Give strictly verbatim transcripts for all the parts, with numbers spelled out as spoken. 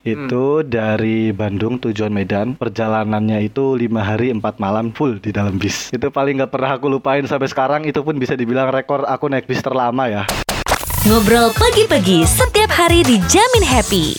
Hmm. Itu dari Bandung tujuan Medan. Perjalanannya itu lima hari empat malam full di dalam bis. Itu paling gak pernah aku lupain sampai sekarang. Itu pun bisa dibilang rekor aku naik bis terlama ya. Ngobrol pagi-pagi setiap hari dijamin happy.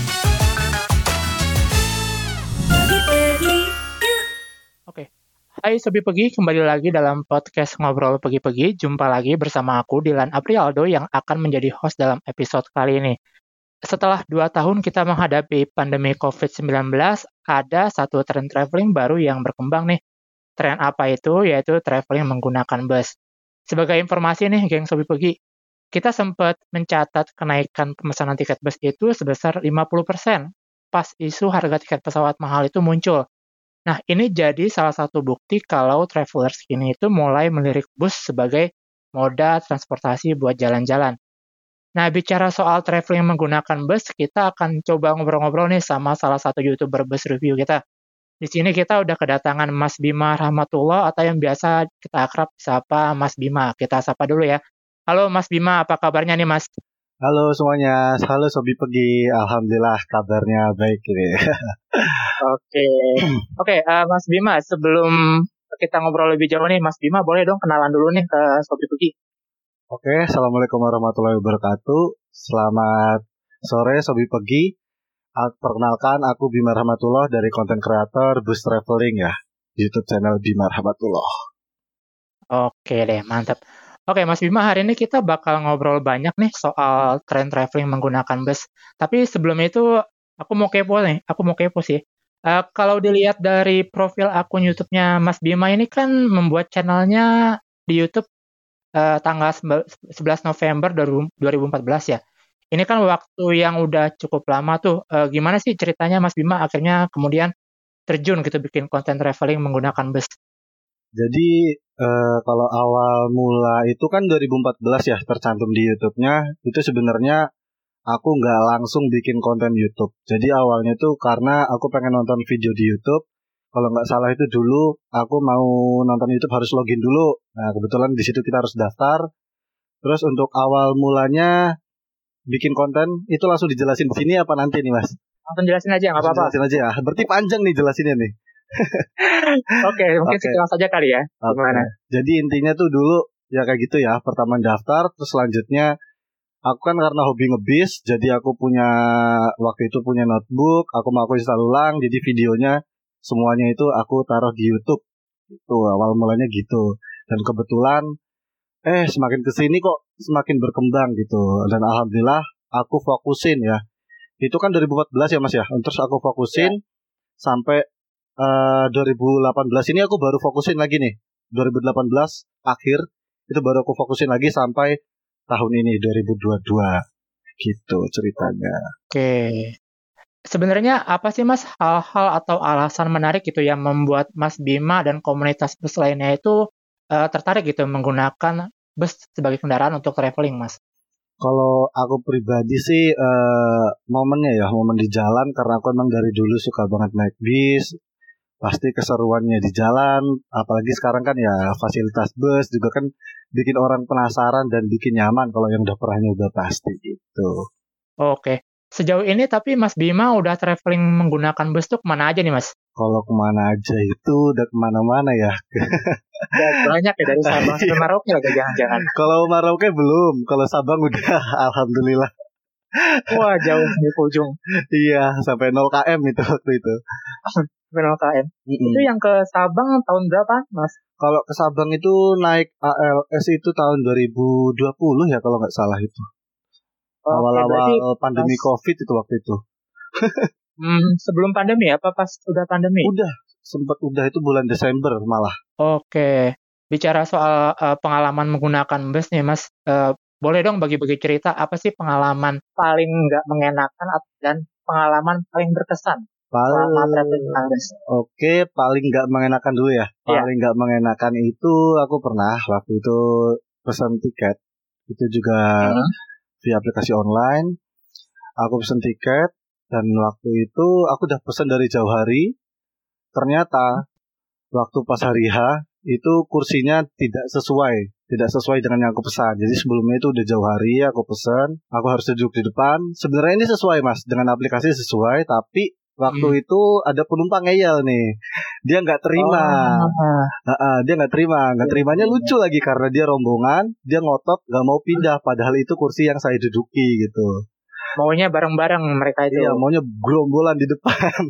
Oke. Hai Sobi Pegi, kembali lagi dalam podcast Ngobrol Pagi-Pagi. Jumpa lagi bersama aku Dilan Aprialdo yang akan menjadi host dalam episode kali ini. Setelah dua tahun kita menghadapi pandemi covid sembilan belas, ada satu tren traveling baru yang berkembang nih. Tren apa itu? Yaitu traveling menggunakan bus. Sebagai informasi nih, geng Sobi Pegi, kita sempat mencatat kenaikan pemesanan tiket bus itu sebesar lima puluh persen pas isu harga tiket pesawat mahal itu muncul. Nah, ini jadi salah satu bukti kalau travelers kini itu mulai melirik bus sebagai moda transportasi buat jalan-jalan. Nah, bicara soal traveling menggunakan bus, kita akan coba ngobrol-ngobrol nih sama salah satu YouTuber bus review kita. Di sini kita udah kedatangan Mas Bima Rahmatullah atau yang biasa kita akrab sapa Mas Bima. Kita sapa dulu ya. Halo Mas Bima, apa kabarnya nih Mas? Halo semuanya, halo Sobi Pegi. Alhamdulillah kabarnya baik ini. Oke, oke uh, Mas Bima, sebelum kita ngobrol lebih jauh nih, Mas Bima boleh dong kenalan dulu nih ke Sobi Pegi. Oke, Assalamualaikum warahmatullahi wabarakatuh. Selamat sore Sobi Pegi. Perkenalkan, aku Bima Rahmatullah dari konten kreator Bus Traveling ya, YouTube channel Bima Rahmatullah. Oke deh, mantap. Oke Mas Bima, hari ini kita bakal ngobrol banyak nih soal tren traveling menggunakan bus. Tapi sebelum itu, aku mau kepo nih, aku mau kepo sih. Uh, kalau dilihat dari profil akun YouTube-nya Mas Bima ini kan membuat channelnya di YouTube Uh, tanggal sebelas November dua ribu empat belas ya. Ini kan waktu yang udah cukup lama tuh. Uh, gimana sih ceritanya Mas Bima akhirnya kemudian terjun gitu bikin konten traveling menggunakan bus? Jadi uh, kalau awal mula itu kan dua ribu empat belas ya tercantum di YouTube-nya. Itu sebenarnya aku nggak langsung bikin konten YouTube. Jadi awalnya tuh karena aku pengen nonton video di YouTube. Kalau nggak salah itu dulu aku mau nonton YouTube harus login dulu. Nah kebetulan di situ kita harus daftar. Terus untuk awal mulanya bikin konten itu langsung dijelasin di sini apa nanti nih Mas? Langsung jelasin aja nggak apa-apa. Jelasin aja ya. Berarti panjang nih jelasinnya nih. Oke, mungkin okay. Sekilas saja kali ya. Okay. Gimana? Jadi intinya tuh dulu ya kayak gitu ya. Pertama daftar, terus selanjutnya aku kan karena hobi ngebis, jadi aku punya waktu itu punya notebook, aku mau aku install ulang, jadi videonya semuanya itu aku taruh di YouTube. Itu awal mulanya gitu. Dan kebetulan eh semakin kesini kok semakin berkembang gitu. Dan alhamdulillah aku fokusin ya. Itu kan dua ribu empat belas ya Mas ya. Terus aku fokusin ya. Sampai uh, dua ribu delapan belas ini aku baru fokusin lagi nih. dua ribu delapan belas akhir itu baru aku fokusin lagi sampai tahun ini dua ribu dua puluh dua. Gitu ceritanya. Oke. Sebenarnya apa sih Mas hal-hal atau alasan menarik gitu yang membuat Mas Bima dan komunitas bus lainnya itu uh, tertarik gitu menggunakan bus sebagai kendaraan untuk traveling Mas? Kalau aku pribadi sih uh, momennya ya momen di jalan karena aku emang dari dulu suka banget naik bis. Pasti keseruannya di jalan, apalagi sekarang kan ya fasilitas bus juga kan bikin orang penasaran dan bikin nyaman kalau yang udah pernah nyoba pasti gitu. Oke. Sejauh ini tapi Mas Bima udah traveling menggunakan bus tuh kemana aja nih Mas? Kalau kemana aja itu udah kemana-mana ya. Ya banyak ya dari Sabang sampai Merauke lagi jangan-jangan. Kalau Merauke belum, kalau Sabang udah alhamdulillah. Wah jauh di ujung. Iya sampai nol kilometer itu waktu itu. Sampai nol kilometer. Mm-hmm. Itu yang ke Sabang tahun berapa Mas? Kalau ke Sabang itu naik A L S itu tahun dua ribu dua puluh ya kalau nggak salah itu. Oh, awal-awal okay, pandemi pas... COVID itu waktu itu. hmm, sebelum pandemi apa pas udah pandemi? Udah, sempat udah itu bulan Desember malah. Oke, okay. Bicara soal uh, pengalaman menggunakan bus nih Mas, uh, boleh dong bagi-bagi cerita apa sih pengalaman paling nggak mengenakan dan pengalaman paling berkesan? Paling, Oke, okay, paling nggak mengenakan dulu ya. Paling nggak yeah. mengenakan itu aku pernah waktu itu pesan tiket itu juga. Hmm. Via aplikasi online, aku pesen tiket dan waktu itu aku udah pesen dari jauh hari. Ternyata waktu pas hari H itu kursinya tidak sesuai tidak sesuai dengan yang aku pesan. Jadi sebelumnya itu udah jauh hari aku pesan, aku harus duduk di depan. Sebenarnya ini sesuai Mas, dengan aplikasi sesuai, tapi waktu hmm. itu ada penumpang ngeyel nih, dia nggak terima, oh. uh, uh, dia nggak terima, nggak terimanya lucu lagi karena dia rombongan, dia ngotot nggak mau pindah, padahal itu kursi yang saya duduki gitu. Maunya bareng-bareng mereka itu. Iya, maunya gerombolan di depan.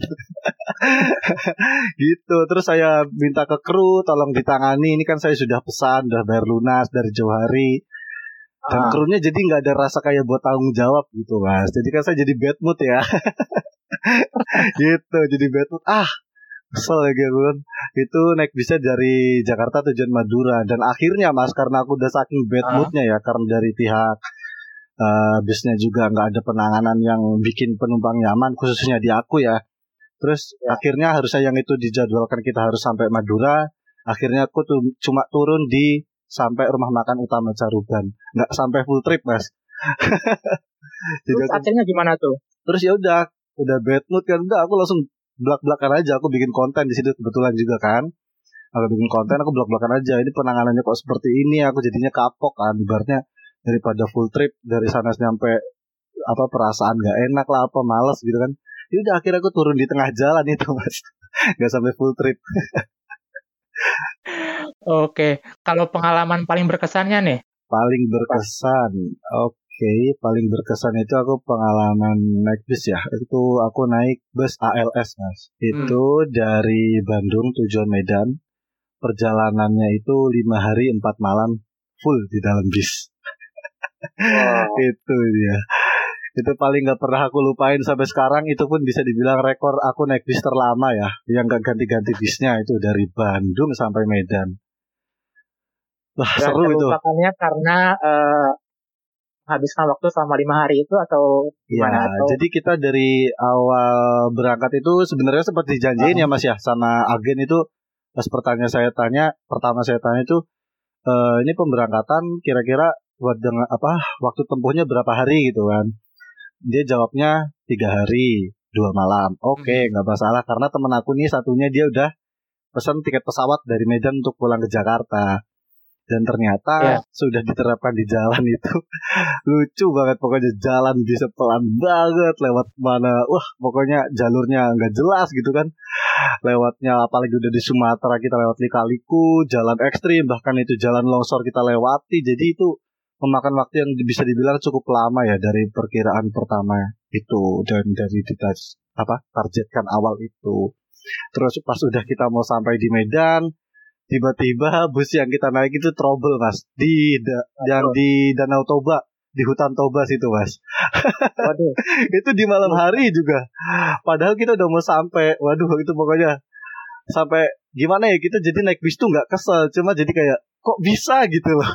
Gitu. Terus saya minta ke kru tolong ditangani. Ini kan saya sudah pesan, udah bayar lunas dari jauh hari. Dan ah. krunya jadi nggak ada rasa kayak buat tanggung jawab gitu Mas. Jadi kan saya jadi bad mood ya. Gitu, jadi bad mood. Ah, kesel ya kan. Itu naik bisa dari Jakarta tujuan Madura. Dan akhirnya Mas, karena aku udah saking bad moodnya ya, karena dari pihak Uh, bisnya juga nggak ada penanganan yang bikin penumpang nyaman, khususnya di aku ya. Terus ya. Akhirnya harusnya yang itu dijadwalkan kita harus sampai Madura. Akhirnya aku tuh cuma turun di sampai rumah makan utama Caruban, nggak sampai full trip Mas. Terus aku, akhirnya gimana tuh? Terus ya udah, udah bad mood kan, udah aku langsung belak-belakan aja. Aku bikin konten di situ kebetulan juga kan. Aku bikin konten, aku belak-belakan aja. Ini penanganannya kok seperti ini, aku jadinya kapok kan, ibaratnya. Daripada full trip dari sana sampai apa perasaan nggak enak lah apa malas gitu kan. Ya udah akhirnya aku turun di tengah jalan itu Mas. Nggak sampai full trip. Oke, kalau pengalaman paling berkesannya nih? Paling berkesan. Oke, paling berkesan itu aku pengalaman naik bis ya. Itu aku naik bus A L S Mas. Itu hmm. dari Bandung tujuan Medan. Perjalanannya itu lima hari empat malam full di dalam bis. Wow. Itu dia. Itu paling gak pernah aku lupain sampai sekarang. Itu pun bisa dibilang rekor aku naik bis terlama ya, yang gak ganti-ganti bisnya. Itu dari Bandung sampai Medan. Wah, dan seru itu. Terlupakannya karena uh, menghabiskan waktu selama lima hari itu atau gimana? Ya, atau... jadi kita dari awal berangkat itu sebenarnya seperti dijanjiin uh-huh. ya Mas ya, sama agen itu. Pas pertanyaan saya tanya, pertama saya tanya itu, e, ini pemberangkatan kira-kira buat dengan apa waktu tempuhnya berapa hari gitu kan. Dia jawabnya tiga hari dua malam. Oke, okay, nggak masalah karena temen aku nih satunya dia udah pesan tiket pesawat dari Medan untuk pulang ke Jakarta. Dan ternyata yeah. sudah diterapkan di jalan itu. Lucu banget pokoknya, jalan bisa pelan banget lewat mana. Wah pokoknya jalurnya nggak jelas gitu kan. Lewatnya apalagi udah di Sumatera kita lewat lika-liku, jalan ekstrim, bahkan itu jalan longsor kita lewati. Jadi itu memakan waktu yang bisa dibilang cukup lama ya dari perkiraan pertama itu dan dari kita apa targetkan awal itu. Terus pas udah kita mau sampai di Medan, tiba-tiba bus yang kita naik itu trouble Mas di da, yang di Danau Toba, di hutan Toba situ Mas. Waduh, itu di malam hari juga. Padahal kita udah mau sampai. Waduh, itu pokoknya sampai gimana ya, kita jadi naik bis tuh nggak kesel, cuma jadi kayak kok bisa gitu loh.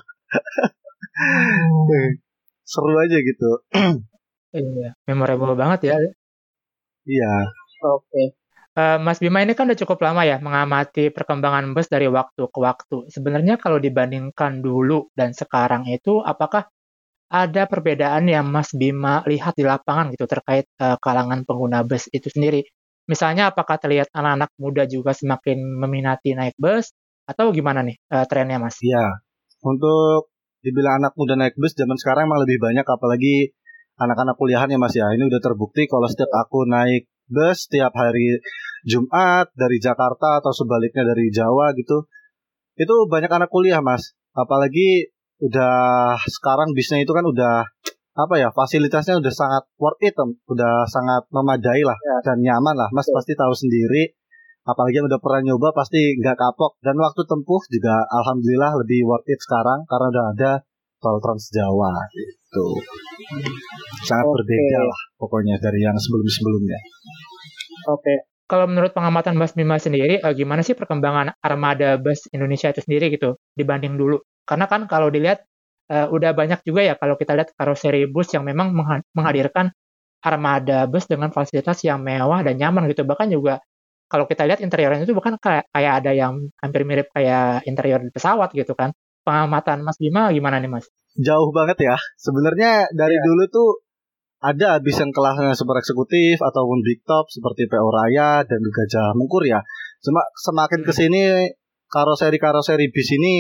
Hmm. Seru aja gitu. Iya, memorable banget ya. Iya. Oke. Okay. Uh, Mas Bima ini kan udah cukup lama ya mengamati perkembangan bus dari waktu ke waktu. Sebenarnya kalau dibandingkan dulu dan sekarang itu, apakah ada perbedaan yang Mas Bima lihat di lapangan gitu terkait uh, kalangan pengguna bus itu sendiri? Misalnya apakah terlihat anak-anak muda juga semakin meminati naik bus atau gimana nih uh, trennya Mas? Iya, untuk dibilang anak muda naik bus zaman sekarang emang lebih banyak, apalagi anak-anak kuliahan ya Mas ya. Ini udah terbukti kalau setiap aku naik bus setiap hari Jumat dari Jakarta atau sebaliknya dari Jawa gitu, itu banyak anak kuliah Mas. Apalagi udah sekarang bisnya itu kan udah apa ya, fasilitasnya udah sangat worth it, udah sangat memadai lah ya. Dan nyaman lah Mas, ya. Pasti tahu sendiri. Apalagi yang udah pernah nyoba pasti nggak kapok. Dan waktu tempuh juga alhamdulillah lebih worth it sekarang karena udah ada tol Trans Jawa gitu. Sangat okay. berbeda lah pokoknya dari yang sebelum-sebelumnya. Oke. Okay. Kalau menurut pengamatan Mas Bima sendiri, eh, gimana sih perkembangan armada bus Indonesia itu sendiri gitu dibanding dulu? Karena kan kalau dilihat eh, udah banyak juga ya kalau kita lihat karoseri bus yang memang menghadirkan armada bus dengan fasilitas yang mewah dan nyaman gitu. Bahkan juga kalau kita lihat interiornya itu bukan kayak, kayak ada yang hampir mirip kayak interior di pesawat gitu kan. Pengamatan Mas Bima gimana nih Mas? Jauh banget ya. Sebenarnya dari yeah. dulu tuh ada bis yang kelasnya super eksekutif ataupun big top seperti P O Raya dan Gajah Mungkur ya. Cuma semakin kesini karoseri-karoseri bis ini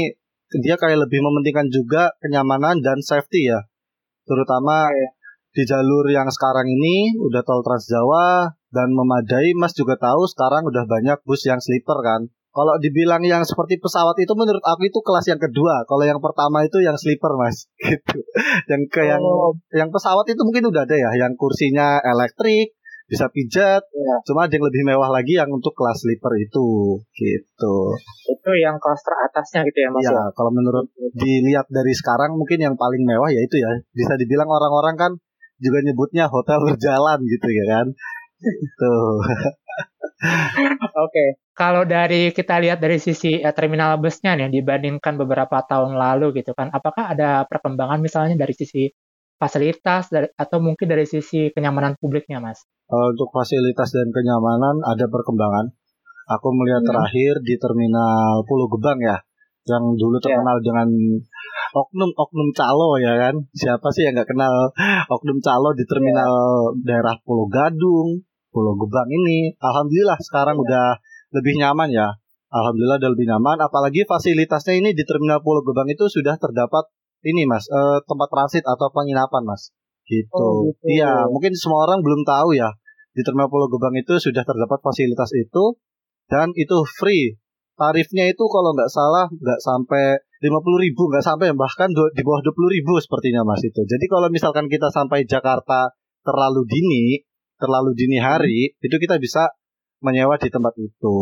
dia kayak lebih mementingkan juga kenyamanan dan safety ya. Terutama okay. di jalur yang sekarang ini udah tol Trans Jawa dan memadai. Mas juga tahu sekarang udah banyak bus yang sleeper kan. Kalau dibilang yang seperti pesawat itu menurut aku itu kelas yang kedua. Kalau yang pertama itu yang sleeper Mas gitu. Yang ke oh. yang yang pesawat itu mungkin udah ada ya, yang kursinya elektrik, bisa pijat. Ya. Cuma ada yang lebih mewah lagi yang untuk kelas sleeper itu gitu. Itu yang kelas teratasnya gitu ya Mas. Ya, kalau menurut dilihat dari sekarang mungkin yang paling mewah ya itu ya. Bisa dibilang orang-orang kan juga nyebutnya hotel berjalan gitu ya kan. Tuh. Oke, okay. Kalau dari kita lihat dari sisi eh, terminal busnya nih dibandingkan beberapa tahun lalu gitu kan, apakah ada perkembangan misalnya dari sisi fasilitas dari, atau mungkin dari sisi kenyamanan publiknya, Mas? Uh, untuk fasilitas dan kenyamanan ada perkembangan. Aku melihat hmm. terakhir di terminal Pulau Gebang ya, yang dulu terkenal yeah. dengan oknum-oknum calo ya kan. Siapa sih yang nggak kenal oknum calo di terminal yeah. daerah Pulau Gadung, Pulau Gebang ini. Alhamdulillah sekarang yeah. udah lebih nyaman ya. Alhamdulillah udah lebih nyaman. Apalagi fasilitasnya ini di terminal Pulau Gebang itu sudah terdapat ini Mas, eh, tempat transit atau penginapan Mas. Gitu. Oh, gitu. Iya, mungkin semua orang belum tahu ya. Di terminal Pulau Gebang itu sudah terdapat fasilitas itu dan itu free. Tarifnya itu kalau nggak salah nggak sampai lima puluh ribu, nggak sampai bahkan di bawah dua puluh ribu sepertinya Mas itu. Jadi kalau misalkan kita sampai Jakarta terlalu dini, terlalu dini hari, hmm. itu kita bisa menyewa di tempat itu.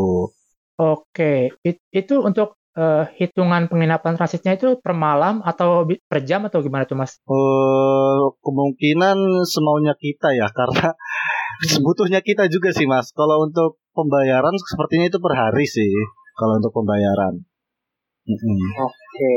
Oke, It, itu untuk uh, hitungan penginapan transitnya itu per malam atau per jam atau gimana tuh Mas? Uh, kemungkinan semaunya kita ya, karena butuhnya kita juga sih Mas. Kalau untuk pembayaran sepertinya itu per hari sih. Kalau untuk pembayaran. Mm-hmm. Oke,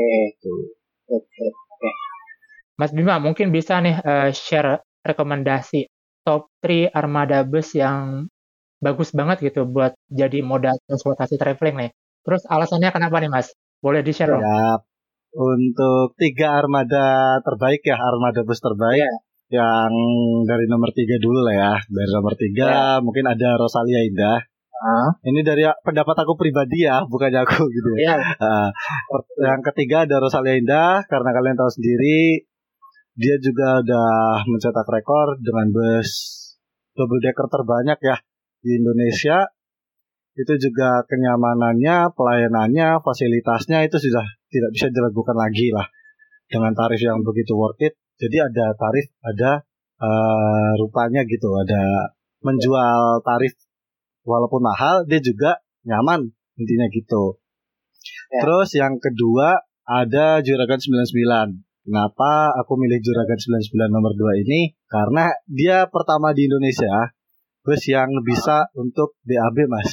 oke, oke. Mas Bima mungkin bisa nih uh, share rekomendasi top tiga armada bus yang bagus banget gitu buat jadi moda transportasi traveling nih. Terus alasannya kenapa nih Mas? Boleh di-share dong? Ya, untuk tiga armada terbaik ya, armada bus terbaik. Yeah. Yang dari nomor tiga dulu lah ya. Dari nomor tiga yeah. mungkin ada Rosalia Indah. Uh. Ini dari pendapat aku pribadi ya, bukannya aku gitu ya. Yeah. Uh, yang ketiga ada Rosalia Indah, karena kalian tahu sendiri dia juga udah mencetak rekor dengan bus double decker terbanyak ya di Indonesia. Itu juga kenyamanannya, pelayanannya, fasilitasnya itu sudah tidak bisa diragukan lagi lah dengan tarif yang begitu worth it. Jadi ada tarif, ada uh, rupanya gitu, ada menjual tarif walaupun mahal, dia juga nyaman intinya gitu. Ya. Terus yang kedua ada Juragan sembilan puluh sembilan. Kenapa aku milih Juragan sembilan puluh sembilan nomor dua ini? Karena dia pertama di Indonesia bus yang bisa untuk B A B Mas.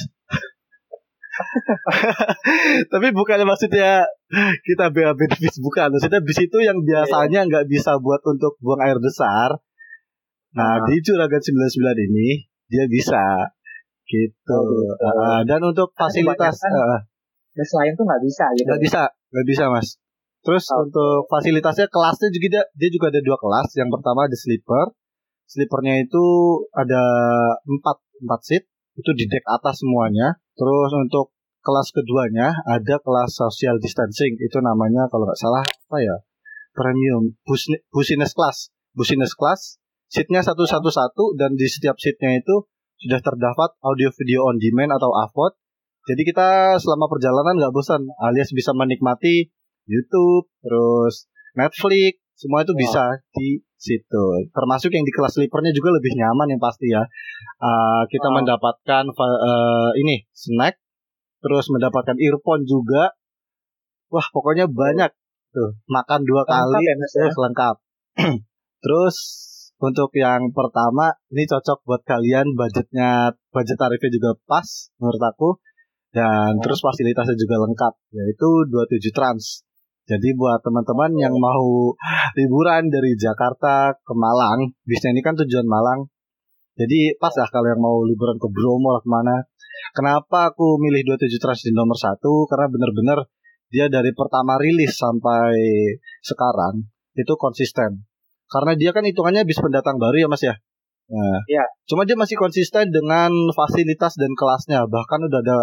Tapi bukan maksudnya kita B A B di bis, bukan. Maksudnya bis itu yang biasanya nggak bisa buat untuk buang air besar. Nah di Juragan sembilan puluh sembilan ini dia bisa gitu. Oh, gitu. Uh, dan untuk fasilitas uh, bus lain tuh nggak bisa gitu. Nggak bisa, nggak bisa Mas. Terus oh. untuk fasilitasnya kelasnya juga dia, dia juga ada dua kelas. Yang pertama ada sleeper. Sleepernya itu ada empat empat seat, itu di deck atas semuanya. Terus untuk kelas keduanya ada kelas social distancing, itu namanya kalau nggak salah apa ya, premium bus business class. Business class, seatnya satu satu satu dan di setiap seatnya itu sudah terdapat audio video on demand atau A V O D. Jadi kita selama perjalanan nggak bosan, alias bisa menikmati YouTube, terus Netflix, semua itu wow. bisa di situ. Termasuk yang di kelas sleepernya juga lebih nyaman yang pasti ya. Uh, kita wow. mendapatkan uh, ini snack, terus mendapatkan earphone juga. Wah pokoknya banyak tuh. Makan dua lengkap kali, ya, terus lengkap. Terus untuk yang pertama ini cocok buat kalian, budgetnya, budget tarifnya juga pas menurut aku. Dan wow. terus fasilitasnya juga lengkap, yaitu dua puluh tujuh Trans. Jadi buat teman-teman yang mau liburan dari Jakarta ke Malang, bisnya ini kan tujuan Malang. Jadi pas lah kalau yang mau liburan ke Bromo lah kemana. Kenapa aku milih dua puluh tujuh Trans di nomor satu? Karena benar-benar dia dari pertama rilis sampai sekarang itu konsisten. Karena dia kan hitungannya bis pendatang baru ya Mas ya. Nah, ya. Cuma dia masih konsisten dengan fasilitas dan kelasnya. Bahkan udah ada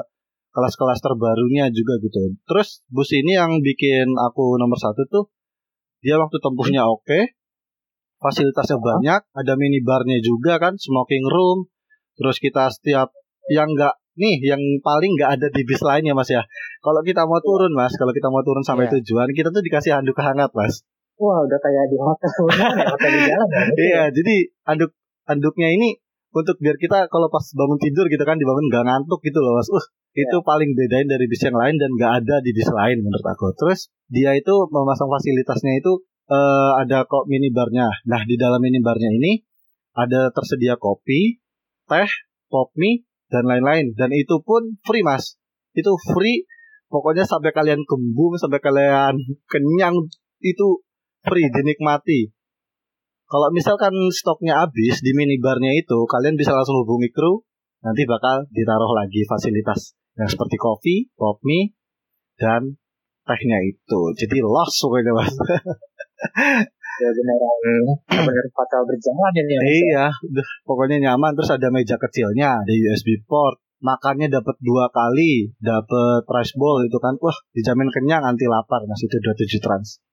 kelas-kelas terbarunya juga gitu. Terus bus ini yang bikin aku nomor satu tuh, dia waktu tempuhnya oke, fasilitasnya banyak, ada minibarnya juga kan, smoking room. Terus kita setiap yang enggak nih, yang paling nggak ada di bis lainnya Mas ya. Kalau kita mau turun Mas, kalau kita mau turun sampai Iya. tujuan, kita tuh dikasih handuk hangat Mas. Wah, udah kayak di hotel beneran ya, hotel di jalan ya. Iya, jadi handuk handuknya ini untuk biar kita kalau pas bangun tidur gitu kan, dibangun nggak ngantuk gitu loh Mas. Uh, itu paling bedain dari bis yang lain dan nggak ada di bis lain menurut aku. Terus dia itu memasang fasilitasnya itu eh, ada kok minibarnya. Nah, di dalam minibarnya ini ada tersedia kopi, teh, pop mie, dan lain-lain. Dan itu pun free Mas. Itu free. Pokoknya sampai kalian kembung, sampai kalian kenyang, itu free, dinikmati. Kalau misalkan stoknya habis di minibarnya itu, kalian bisa langsung hubungi kru. Nanti bakal ditaruh lagi fasilitas yang seperti kopi, pop mie, dan tehnya itu. Jadi lost pokoknya Mas. Ya beneran, bener hotel berjalan ini ya. Iya, udah pokoknya nyaman. Terus ada meja kecilnya, ada U S B port. Makannya dapat dua kali, dapat rice bowl itu kan. Wah, dijamin kenyang, anti lapar Mas, itu dua puluh tujuh Trans.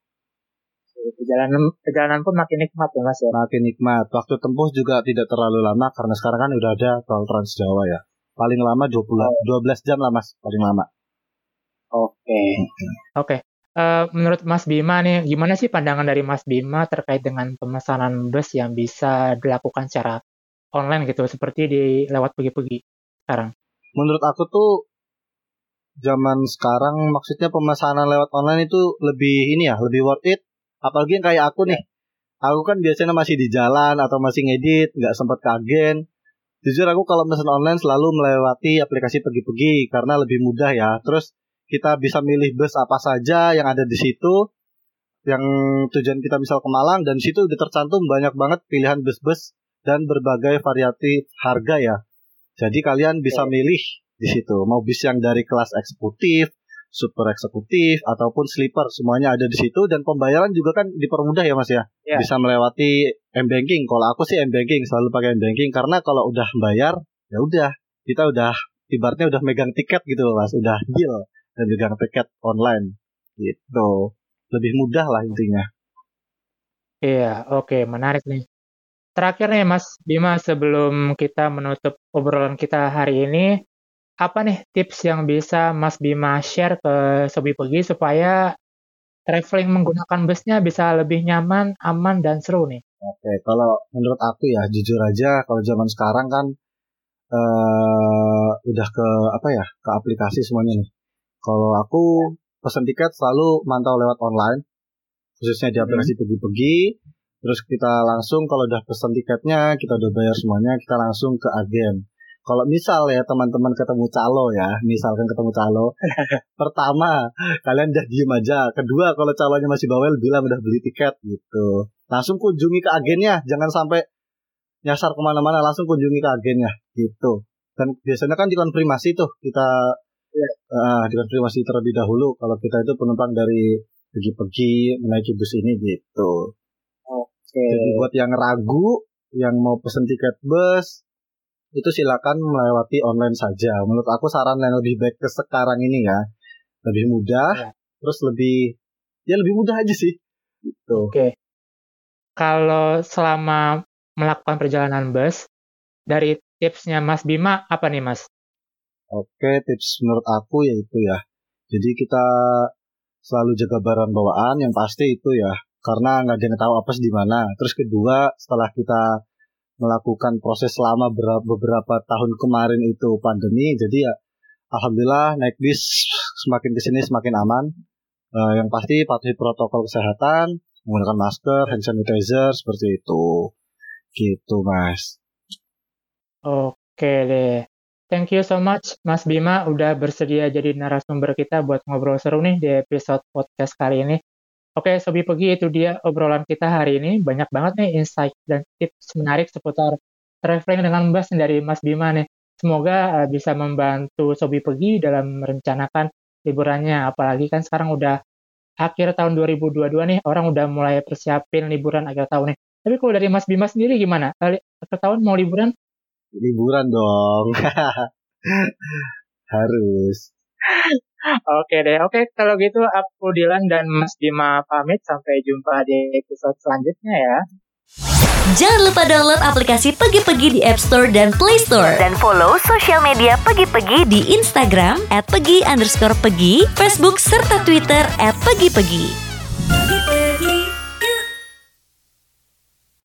Perjalanan perjalanan pun makin nikmat ya Mas ya. Makin nikmat. Waktu tempuh juga tidak terlalu lama karena sekarang kan udah ada tol Trans Jawa ya. Paling lama dua puluh, dua belas jam lah Mas, paling lama. Oke. Oke. Eh, menurut Mas Bima nih, gimana sih pandangan dari Mas Bima terkait dengan pemesanan bus yang bisa dilakukan secara online gitu, seperti di lewat pergi-pergi sekarang? Menurut aku tuh zaman sekarang maksudnya pemesanan lewat online itu lebih ini ya, lebih worth it. Apalagi yang kayak aku nih. Aku kan biasanya masih di jalan atau masih ngedit, nggak sempat ke agen. Jujur aku kalau pesan online selalu melewati aplikasi pergi-pergi karena lebih mudah ya. Terus kita bisa milih bus apa saja yang ada di situ, yang tujuan kita misal ke Malang, dan situ udah tercantum banyak banget pilihan bus-bus dan berbagai variasi harga ya. Jadi kalian bisa milih di situ, mau bis yang dari kelas eksekutif, super eksekutif, ataupun sleeper, semuanya ada di situ. Dan pembayaran juga kan dipermudah ya Mas ya, Ya. bisa melewati M-Banking. Kalau aku sih M-Banking, selalu pakai M-Banking karena kalau udah bayar, ya udah kita udah ibaratnya udah megang tiket gitu loh Mas, udah deal dan megang tiket online gitu, lebih mudah lah intinya. Iya, oke, menarik nih. Terakhir nih Mas Bima, sebelum kita menutup obrolan kita hari ini, apa nih tips yang bisa Mas Bima share ke Sobi Pergi supaya traveling menggunakan busnya bisa lebih nyaman, aman, dan seru nih? Oke, kalau menurut aku ya, jujur aja kalau zaman sekarang kan uh, udah ke apa ya, ke aplikasi semuanya nih. Kalau aku pesan tiket selalu mantau lewat online, khususnya di aplikasi pergi-pergi. Terus kita langsung kalau udah pesan tiketnya, kita udah bayar semuanya, kita langsung ke agen. Kalau misal ya teman-teman ketemu calo ya, misalkan ketemu calo, pertama kalian udah diem aja. Kedua, kalau calonya masih bawel, bilang udah beli tiket gitu. Langsung kunjungi ke agennya, jangan sampai nyasar kemana-mana, langsung kunjungi ke agennya gitu. Dan biasanya kan dikonfirmasi tuh, kita ya. uh, dikonfirmasi terlebih dahulu kalau kita itu penumpang dari pergi-pergi menaiki bus ini gitu. Oke. Jadi buat yang ragu, yang mau pesen tiket bus, itu silakan melewati online saja. Menurut aku saran yang lebih baik ke sekarang ini ya, lebih mudah, ya. Terus lebih, ya lebih mudah aja sih. Gitu. Oke. Kalau selama melakukan perjalanan bus, dari tipsnya Mas Bima apa nih Mas? Oke, tips menurut aku yaitu ya, jadi kita selalu jaga barang bawaan yang pasti itu ya, karena nggak ada yang tahu apes di mana. Terus kedua, setelah kita melakukan proses selama beberapa tahun kemarin itu pandemi, jadi ya alhamdulillah naik bis semakin kesini semakin aman. Uh, yang pasti patuhi protokol kesehatan, menggunakan masker, hand sanitizer seperti itu, gitu Mas. Oke deh. Thank you so much Mas Bima udah bersedia jadi narasumber kita buat ngobrol seru nih di episode podcast kali ini. Oke, Sobi Pergi, itu dia obrolan kita hari ini. Banyak banget nih insight dan tips menarik seputar traveling dengan bus dari Mas Bima nih. Semoga uh, bisa membantu Sobi Pergi dalam merencanakan liburannya. Apalagi kan sekarang udah akhir tahun dua ribu dua puluh dua nih, orang udah mulai persiapin liburan akhir tahun nih. Tapi kalau dari Mas Bima sendiri gimana? Akhir tahun mau liburan? Liburan dong. Harus. Oke deh, oke kalau gitu aku Dilan dan Mas Bima pamit, sampai jumpa di episode selanjutnya ya. Jangan lupa download aplikasi Pegi-Pegi di App Store dan Play Store. Dan follow sosial media Pegi-Pegi di Instagram at pegi underscore pegi, Facebook serta Twitter at pegi-pegi.